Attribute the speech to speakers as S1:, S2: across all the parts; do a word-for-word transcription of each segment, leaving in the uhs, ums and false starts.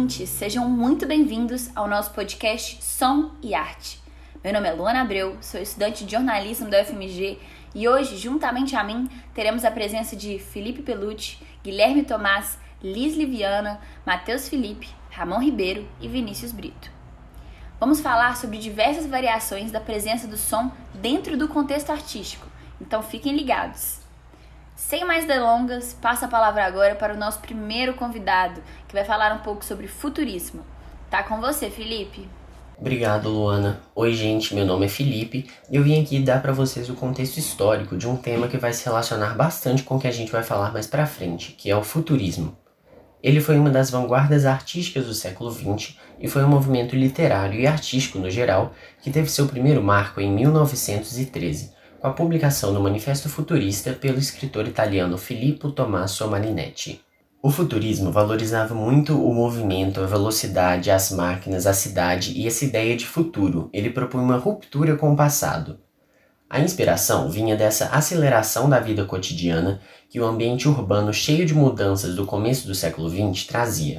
S1: ouvintes, sejam muito bem-vindos ao nosso podcast Som e Arte. Meu nome é Luana Abreu, sou estudante de jornalismo da U F M G e hoje, juntamente a mim, teremos a presença de Felipe Pelucci, Guilherme Tomás, Liz Liviana, Matheus Felipe, Ramon Ribeiro e Vinícius Brito. Vamos falar sobre diversas variações da presença do som dentro do contexto artístico, então fiquem ligados. Sem mais delongas, passo a palavra agora para o nosso primeiro convidado, que vai falar um pouco sobre futurismo. Tá com você, Felipe.
S2: Obrigado, Luana. Oi, gente, meu nome é Felipe e eu vim aqui dar para vocês o contexto histórico de um tema que vai se relacionar bastante com o que a gente vai falar mais pra frente, que é o futurismo. Ele foi uma das vanguardas artísticas do século vinte e foi um movimento literário e artístico no geral que teve seu primeiro marco em mil novecentos e treze, com a publicação do Manifesto Futurista pelo escritor italiano Filippo Tommaso Marinetti. O futurismo valorizava muito o movimento, a velocidade, as máquinas, a cidade e essa ideia de futuro. Ele propunha uma ruptura com o passado. A inspiração vinha dessa aceleração da vida cotidiana que o ambiente urbano cheio de mudanças do começo do século vinte trazia.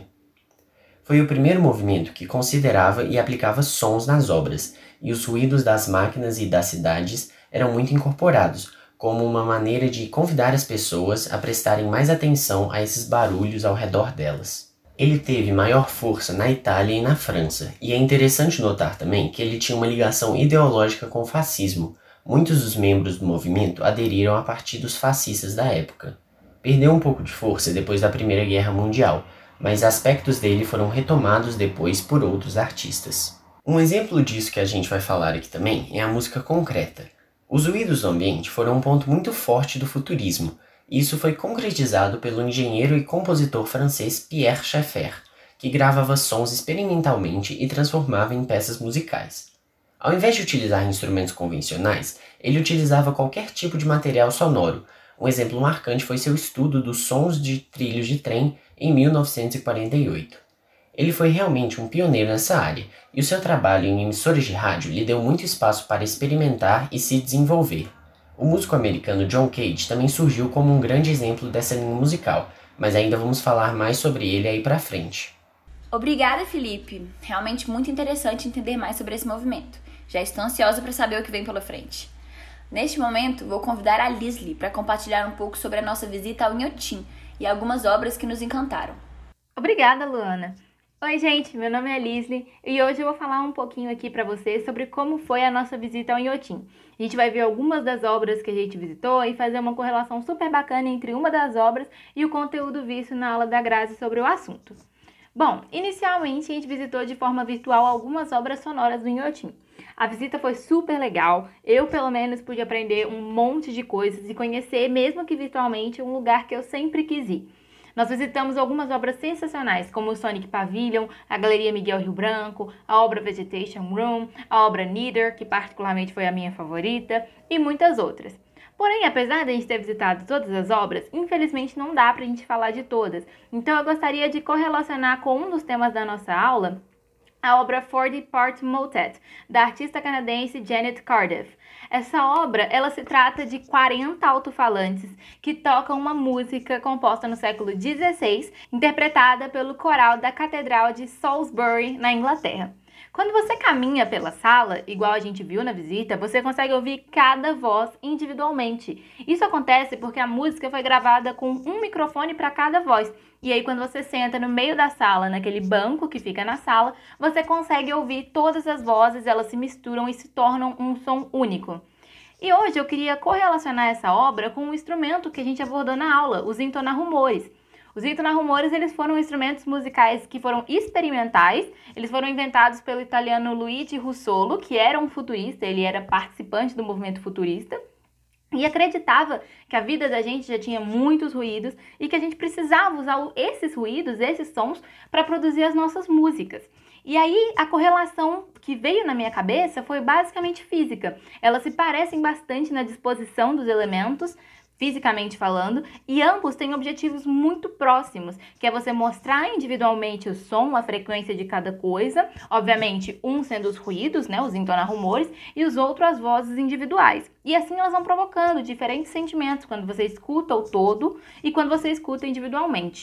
S2: Foi o primeiro movimento que considerava e aplicava sons nas obras, e os ruídos das máquinas e das cidades eram muito incorporados, como uma maneira de convidar as pessoas a prestarem mais atenção a esses barulhos ao redor delas. Ele teve maior força na Itália e na França, e é interessante notar também que ele tinha uma ligação ideológica com o fascismo. Muitos dos membros do movimento aderiram a partidos fascistas da época. Perdeu um pouco de força depois da Primeira Guerra Mundial, mas aspectos dele foram retomados depois por outros artistas. Um exemplo disso que a gente vai falar aqui também é a música concreta. Os ruídos do ambiente foram um ponto muito forte do futurismo, e isso foi concretizado pelo engenheiro e compositor francês Pierre Schaeffer, que gravava sons experimentalmente e transformava em peças musicais. Ao invés de utilizar instrumentos convencionais, ele utilizava qualquer tipo de material sonoro. Um exemplo marcante foi seu estudo dos sons de trilhos de trem em mil novecentos e quarenta e oito. Ele foi realmente um pioneiro nessa área, e o seu trabalho em emissoras de rádio lhe deu muito espaço para experimentar e se desenvolver. O músico americano John Cage também surgiu como um grande exemplo dessa linha musical, mas ainda vamos falar mais sobre ele aí pra frente.
S1: Obrigada, Felipe. Realmente muito interessante entender mais sobre esse movimento. Já estou ansiosa para saber o que vem pela frente. Neste momento, vou convidar a Lisli para compartilhar um pouco sobre a nossa visita ao Inhotim e algumas obras que nos encantaram.
S3: Obrigada, Luana. Oi, gente, meu nome é Lisli e hoje eu vou falar um pouquinho aqui para vocês sobre como foi a nossa visita ao Inhotim. A gente vai ver algumas das obras que a gente visitou e fazer uma correlação super bacana entre uma das obras e o conteúdo visto na aula da Grazi sobre o assunto. Bom, inicialmente a gente visitou de forma virtual algumas obras sonoras do Inhotim. A visita foi super legal, eu pelo menos pude aprender um monte de coisas e conhecer, mesmo que virtualmente, um lugar que eu sempre quis ir. Nós visitamos algumas obras sensacionais, como o Sonic Pavilion, a Galeria Miguel Rio Branco, a obra Vegetation Room, a obra Neither, que particularmente foi a minha favorita, e muitas outras. Porém, apesar de a gente ter visitado todas as obras, infelizmente não dá pra gente falar de todas. Então eu gostaria de correlacionar com um dos temas da nossa aula, a obra quarenta Part Motet, da artista canadense Janet Cardiff. Essa obra, ela se trata de quarenta alto-falantes que tocam uma música composta no século dezesseis, interpretada pelo coral da Catedral de Salisbury, na Inglaterra. Quando você caminha pela sala, igual a gente viu na visita, você consegue ouvir cada voz individualmente. Isso acontece porque a música foi gravada com um microfone para cada voz. E aí, quando você senta no meio da sala, naquele banco que fica na sala, você consegue ouvir todas as vozes, elas se misturam e se tornam um som único. E hoje eu queria correlacionar essa obra com um instrumento que a gente abordou na aula, os intonarrumores. Os intonarrumores, eles foram instrumentos musicais que foram experimentais, eles foram inventados pelo italiano Luigi Russolo, que era um futurista, ele era participante do movimento futurista, e acreditava que a vida da gente já tinha muitos ruídos e que a gente precisava usar esses ruídos, esses sons, para produzir as nossas músicas. E aí a correlação que veio na minha cabeça foi basicamente física. Elas se parecem bastante na disposição dos elementos, fisicamente falando, e ambos têm objetivos muito próximos, que é você mostrar individualmente o som, a frequência de cada coisa, obviamente um sendo os ruídos, né, os intonarrumores, e os outros as vozes individuais. E assim elas vão provocando diferentes sentimentos quando você escuta o todo e quando você escuta individualmente.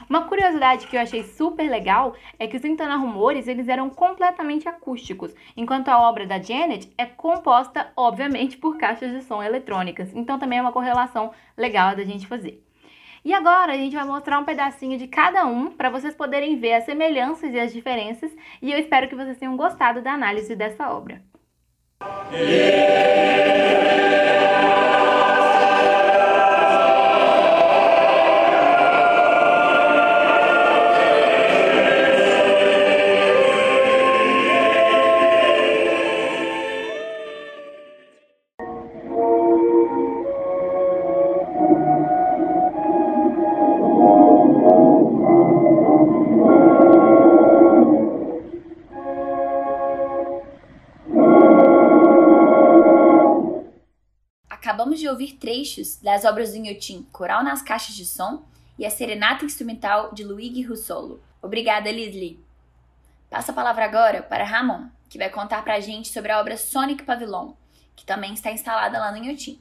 S3: Uma curiosidade que eu achei super legal é que os Então Não Há Rumores, eles eram completamente acústicos, enquanto a obra da Janet é composta, obviamente, por caixas de som eletrônicas. Então também é uma correlação legal da gente fazer. E agora a gente vai mostrar um pedacinho de cada um para vocês poderem ver as semelhanças e as diferenças, e eu espero que vocês tenham gostado da análise dessa obra.
S1: Acabamos de ouvir trechos das obras do Inhotim Coral nas Caixas de Som e a Serenata Instrumental de Luigi Russolo. Obrigada, Lisli. Passo a palavra agora para Ramon, que vai contar pra gente sobre a obra Sonic Pavilion, que também está instalada lá no Inhotim.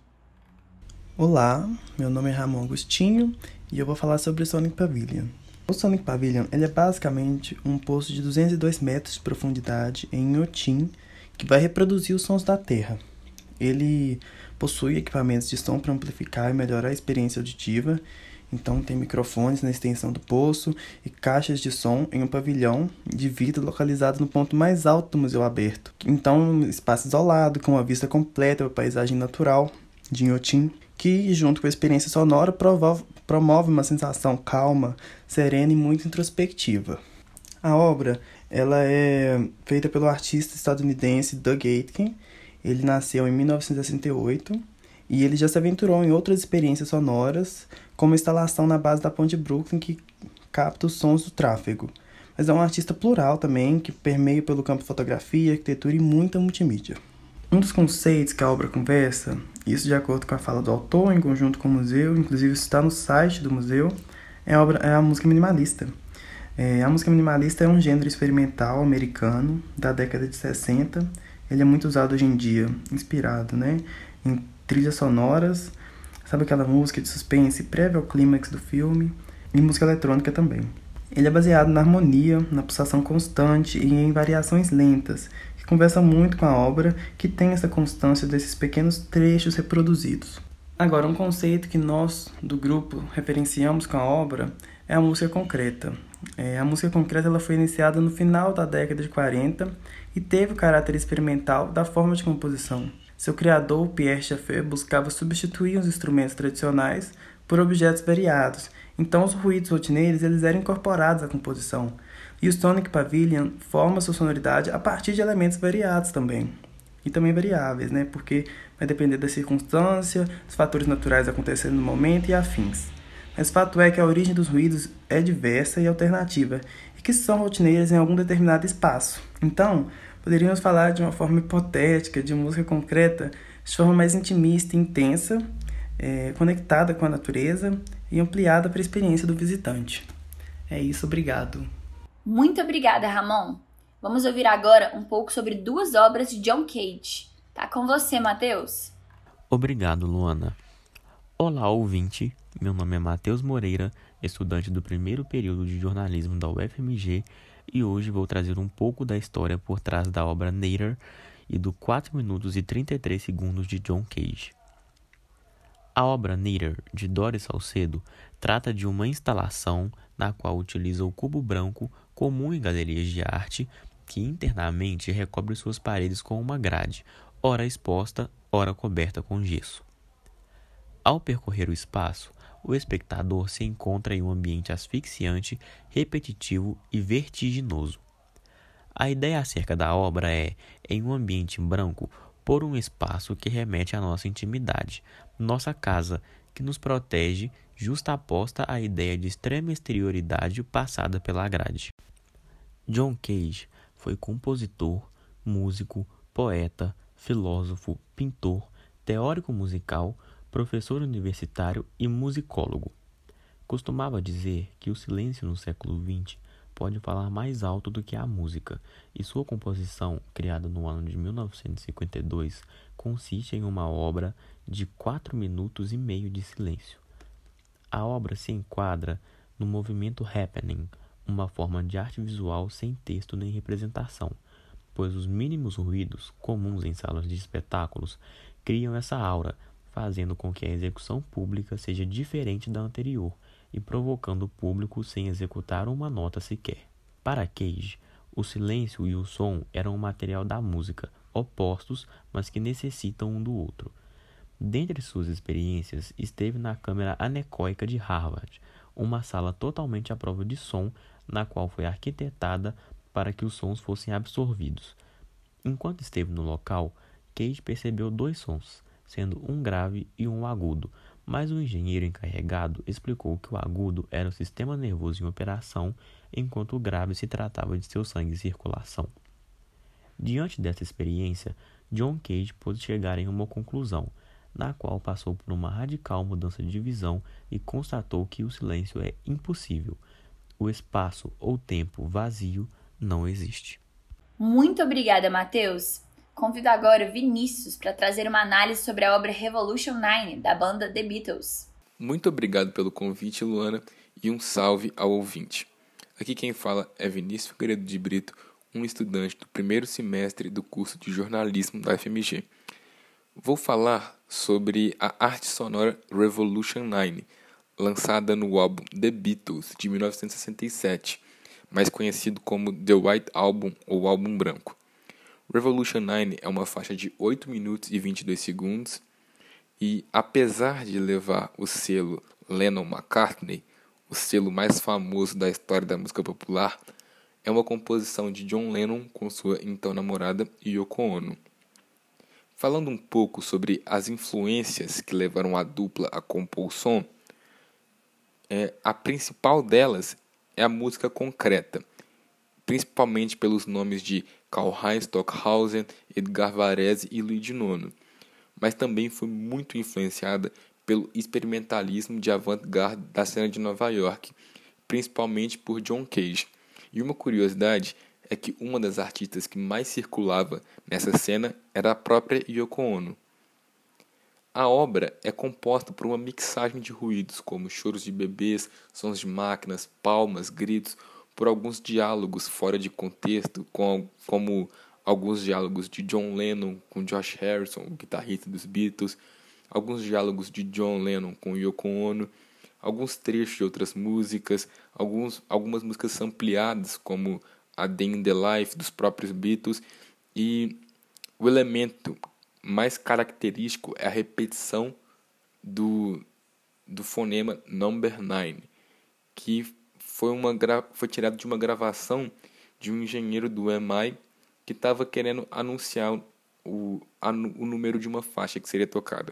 S4: Olá, meu nome é Ramon Agostinho e eu vou falar sobre o Sonic Pavilion. O Sonic Pavilion ele é basicamente um poço de duzentos e dois metros de profundidade em Inhotim que vai reproduzir os sons da Terra. Ele possui equipamentos de som para amplificar e melhorar a experiência auditiva. Então tem microfones na extensão do poço e caixas de som em um pavilhão de vidro localizado no ponto mais alto do museu aberto. Então um espaço isolado, com uma vista completa da paisagem natural de Inhotim, que junto com a experiência sonora promove, promove uma sensação calma, serena e muito introspectiva. A obra ela é feita pelo artista estadunidense Doug Aitken. Ele nasceu em mil novecentos e sessenta e oito e ele já se aventurou em outras experiências sonoras, como a instalação na base da Ponte Brooklyn, que capta os sons do tráfego. Mas é um artista plural também, que permeia pelo campo de fotografia, arquitetura e muita multimídia. Um dos conceitos que a obra conversa, isso de acordo com a fala do autor, em conjunto com o museu, inclusive isso está no site do museu, é a, obra, é a música minimalista. É, a música minimalista é um gênero experimental americano da década de sessenta. Ele é muito usado hoje em dia, inspirado, né, em trilhas sonoras, sabe aquela música de suspense prévia ao clímax do filme, e música eletrônica também. Ele é baseado na harmonia, na pulsação constante e em variações lentas, que conversam muito com a obra, que tem essa constância desses pequenos trechos reproduzidos. Agora, um conceito que nós, do grupo, referenciamos com a obra é a música concreta. É, a música concreta ela foi iniciada no final da década de quarenta e teve o caráter experimental da forma de composição. Seu criador, Pierre Schaeffer, buscava substituir os instrumentos tradicionais por objetos variados. Então, os ruídos rotineiros eles eram incorporados à composição. E o Sonic Pavilion forma sua sonoridade a partir de elementos variados também. E também variáveis, né? Porque vai depender da circunstância, dos fatores naturais acontecendo no momento e afins. Mas o fato é que a origem dos ruídos é diversa e alternativa, e que são rotineiras em algum determinado espaço. Então, poderíamos falar de uma forma hipotética, de música concreta, de forma mais intimista e intensa, é, conectada com a natureza e ampliada para a experiência do visitante. É isso, obrigado.
S1: Muito obrigada, Ramon. Vamos ouvir agora um pouco sobre duas obras de John Cage. Tá com você, Matheus.
S5: Obrigado, Luana. Olá, ouvinte. Meu nome é Matheus Moreira, estudante do primeiro período de jornalismo da U F M G, e hoje vou trazer um pouco da história por trás da obra Nader e do quatro minutos e trinta e três segundos de John Cage. A obra Nader, de Doris Salcedo, trata de uma instalação na qual utiliza o cubo branco comum em galerias de arte, que internamente recobre suas paredes com uma grade, ora exposta, ora coberta com gesso. Ao percorrer o espaço, o espectador se encontra em um ambiente asfixiante, repetitivo e vertiginoso. A ideia acerca da obra é, em um ambiente branco, pôr um espaço que remete à nossa intimidade, nossa casa, que nos protege, justaposta à ideia de extrema exterioridade passada pela grade. John Cage foi compositor, músico, poeta, filósofo, pintor, teórico musical, professor universitário e musicólogo. Costumava dizer que o silêncio no século vinte pode falar mais alto do que a música, e sua composição, criada no ano de mil novecentos e cinquenta e dois, consiste em uma obra de quatro minutos e meio de silêncio. A obra se enquadra no movimento happening, uma forma de arte visual sem texto nem representação, pois os mínimos ruídos, comuns em salas de espetáculos, criam essa aura, fazendo com que a execução pública seja diferente da anterior e provocando o público sem executar uma nota sequer. Para Cage, o silêncio e o som eram o material da música, opostos, mas que necessitam um do outro. Dentre suas experiências, esteve na Câmara Anecoica de Harvard, uma sala totalmente à prova de som, na qual foi arquitetada para que os sons fossem absorvidos. Enquanto esteve no local, Cage percebeu dois sons, sendo um grave e um agudo, mas o engenheiro encarregado explicou que o agudo era o sistema nervoso em operação, enquanto o grave se tratava de seu sangue em circulação. Diante dessa experiência, John Cage pôde chegar em uma conclusão, na qual passou por uma radical mudança de visão e constatou que o silêncio é impossível. O espaço ou tempo vazio não existe.
S1: Muito obrigada, Matheus! Convido agora o Vinícius para trazer uma análise sobre a obra Revolution nine, da banda The Beatles.
S6: Muito obrigado pelo convite, Luana, e um salve ao ouvinte. Aqui quem fala é Vinícius Figueiredo de Brito, um estudante do primeiro semestre do curso de jornalismo da F M G. Vou falar sobre a arte sonora Revolution nine, lançada no álbum The Beatles, de mil novecentos e sessenta e sete, mais conhecido como The White Album ou Álbum Branco. Revolution nine é uma faixa de oito minutos e vinte e dois segundos e, apesar de levar o selo Lennon-McCartney, o selo mais famoso da história da música popular, é uma composição de John Lennon com sua então namorada Yoko Ono. Falando um pouco sobre as influências que levaram a dupla a compor o som, é, a principal delas é a música concreta, principalmente pelos nomes de Karlheinz Stockhausen, Edgar Varese e Luigi Nono, mas também foi muito influenciada pelo experimentalismo de avant-garde da cena de Nova York, principalmente por John Cage. E uma curiosidade é que uma das artistas que mais circulava nessa cena era a própria Yoko Ono. A obra é composta por uma mixagem de ruídos, como choros de bebês, sons de máquinas, palmas, gritos, por alguns diálogos fora de contexto, com, como alguns diálogos de John Lennon com Josh Harrison, o guitarrista dos Beatles, alguns diálogos de John Lennon com Yoko Ono, alguns trechos de outras músicas, alguns, algumas músicas ampliadas, como a Day in the Life dos próprios Beatles, e o elemento mais característico é a repetição do, do fonema number nine, que foi, uma gra- foi tirado de uma gravação de um engenheiro do M I que estava querendo anunciar o, a, o número de uma faixa que seria tocada.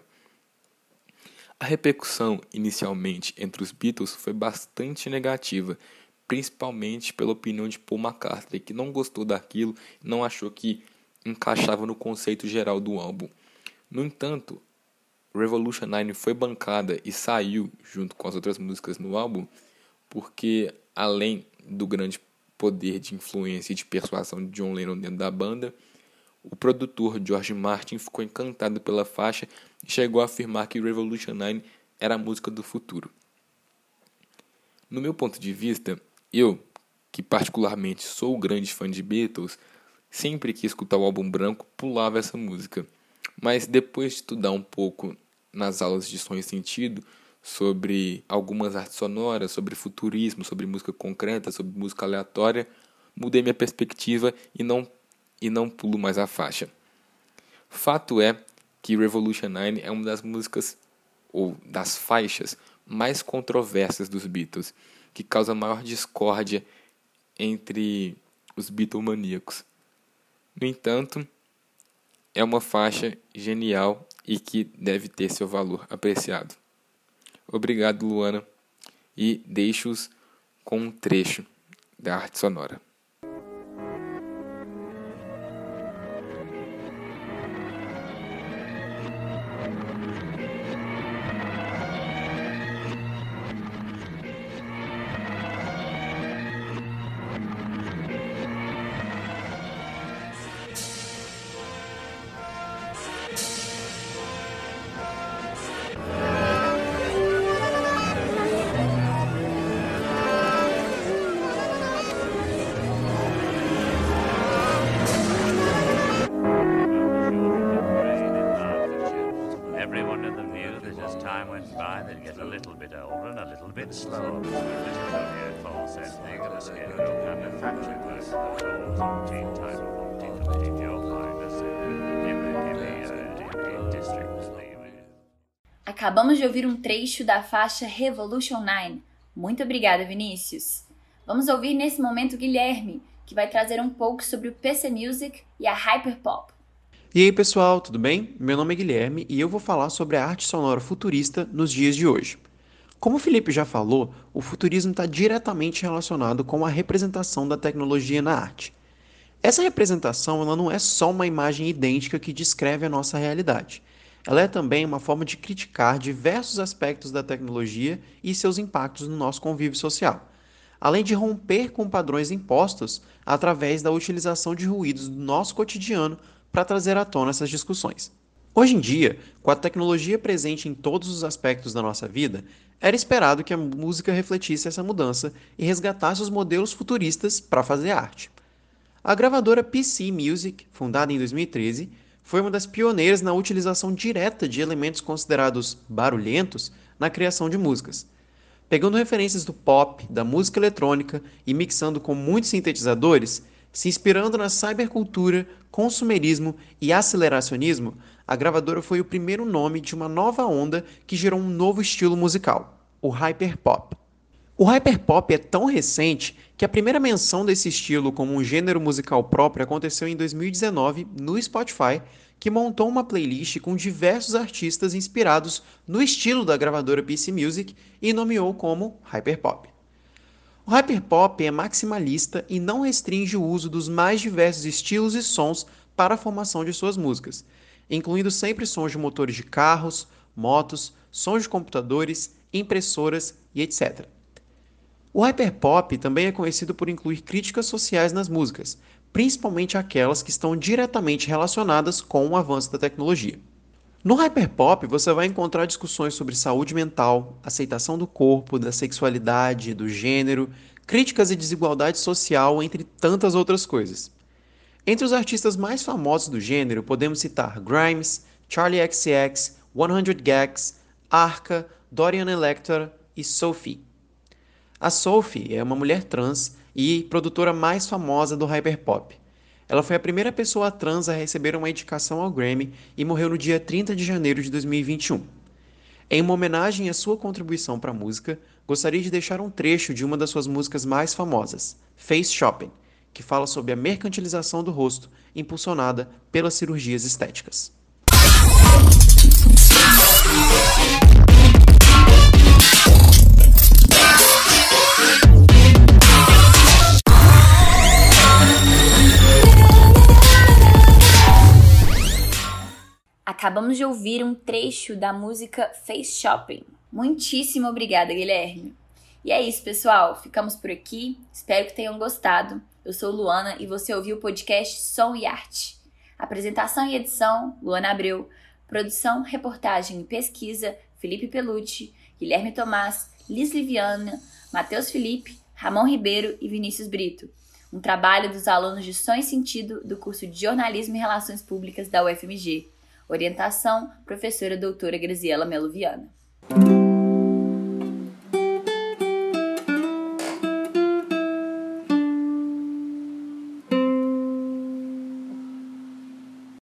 S6: A repercussão inicialmente entre os Beatles foi bastante negativa, principalmente pela opinião de Paul McCartney, que não gostou daquilo e não achou que encaixava no conceito geral do álbum. No entanto, Revolution nine foi bancada e saiu junto com as outras músicas no álbum, porque além do grande poder de influência e de persuasão de John Lennon dentro da banda, o produtor George Martin ficou encantado pela faixa e chegou a afirmar que Revolution nine era a música do futuro. No meu ponto de vista, eu, que particularmente sou grande fã de Beatles, sempre que escutar o álbum branco, pulava essa música. Mas depois de estudar um pouco nas aulas de som e sentido sobre algumas artes sonoras, sobre futurismo, sobre música concreta, sobre música aleatória, mudei minha perspectiva e não, e não pulo mais a faixa. Fato é que Revolution nine é uma das músicas, ou das faixas, mais controversas dos Beatles, que causa maior discórdia entre os Beatlemaníacos. No entanto, é uma faixa genial e que deve ter seu valor apreciado. Obrigado, Luana, e deixo-os com um trecho da arte sonora.
S7: get a little bit older and a little bit slower. Difficulty processing and the schedule manufactured with the fourteen time fourteen of your finest in the heavy districts.
S1: Acabamos de ouvir um trecho da faixa Revolution nine. Muito obrigada, Vinícius. Vamos ouvir nesse momento Guilherme, que vai trazer um pouco sobre o P C Music e a Hyperpop.
S8: E aí pessoal, tudo bem? Meu nome é Guilherme e eu vou falar sobre a arte sonora futurista nos dias de hoje. Como o Felipe já falou, o futurismo está diretamente relacionado com a representação da tecnologia na arte. Essa representação ela não é só uma imagem idêntica que descreve a nossa realidade. Ela é também uma forma de criticar diversos aspectos da tecnologia e seus impactos no nosso convívio social, além de romper com padrões impostos através da utilização de ruídos do nosso cotidiano para trazer à tona essas discussões. Hoje em dia, com a tecnologia presente em todos os aspectos da nossa vida, era esperado que a música refletisse essa mudança e resgatasse os modelos futuristas para fazer arte. A gravadora P C Music, fundada em dois mil e treze, foi uma das pioneiras na utilização direta de elementos considerados barulhentos na criação de músicas. Pegando referências do pop, da música eletrônica e mixando com muitos sintetizadores, se inspirando na cybercultura, consumerismo e aceleracionismo, a gravadora foi o primeiro nome de uma nova onda que gerou um novo estilo musical, o Hyperpop. O Hyperpop é tão recente que a primeira menção desse estilo como um gênero musical próprio aconteceu em dois mil e dezenove no Spotify, que montou uma playlist com diversos artistas inspirados no estilo da gravadora P C Music e nomeou como Hyperpop. O Hyperpop é maximalista e não restringe o uso dos mais diversos estilos e sons para a formação de suas músicas, incluindo sempre sons de motores de carros, motos, sons de computadores, impressoras e etcétera. O Hyperpop também é conhecido por incluir críticas sociais nas músicas, principalmente aquelas que estão diretamente relacionadas com o avanço da tecnologia. No Hyperpop, você vai encontrar discussões sobre saúde mental, aceitação do corpo, da sexualidade, do gênero, críticas e desigualdade social, entre tantas outras coisas. Entre os artistas mais famosos do gênero, podemos citar Grimes, Charli X C X, cem Gags, Arca, Dorian Elector e Sophie. A Sophie é uma mulher trans e produtora mais famosa do Hyperpop. Ela foi a primeira pessoa trans a receber uma indicação ao Grammy e morreu no dia trinta de janeiro de dois mil e vinte e um. Em uma homenagem à sua contribuição para a música, gostaria de deixar um trecho de uma das suas músicas mais famosas, Face Shopping, que fala sobre a mercantilização do rosto impulsionada pelas cirurgias estéticas.
S1: Acabamos de ouvir um trecho da música Face Shopping. Muitíssimo obrigada, Guilherme. E é isso, pessoal. Ficamos por aqui. Espero que tenham gostado. Eu sou Luana e você ouviu o podcast Som e Arte. Apresentação e edição, Luana Abreu. Produção, reportagem e pesquisa, Felipe Pelucci, Guilherme Tomás, Liz Liviana, Matheus Felipe, Ramon Ribeiro e Vinícius Brito. Um trabalho dos alunos de Som e Sentido do curso de Jornalismo e Relações Públicas da U F M G. Orientação, professora doutora Graziela Melo Viana.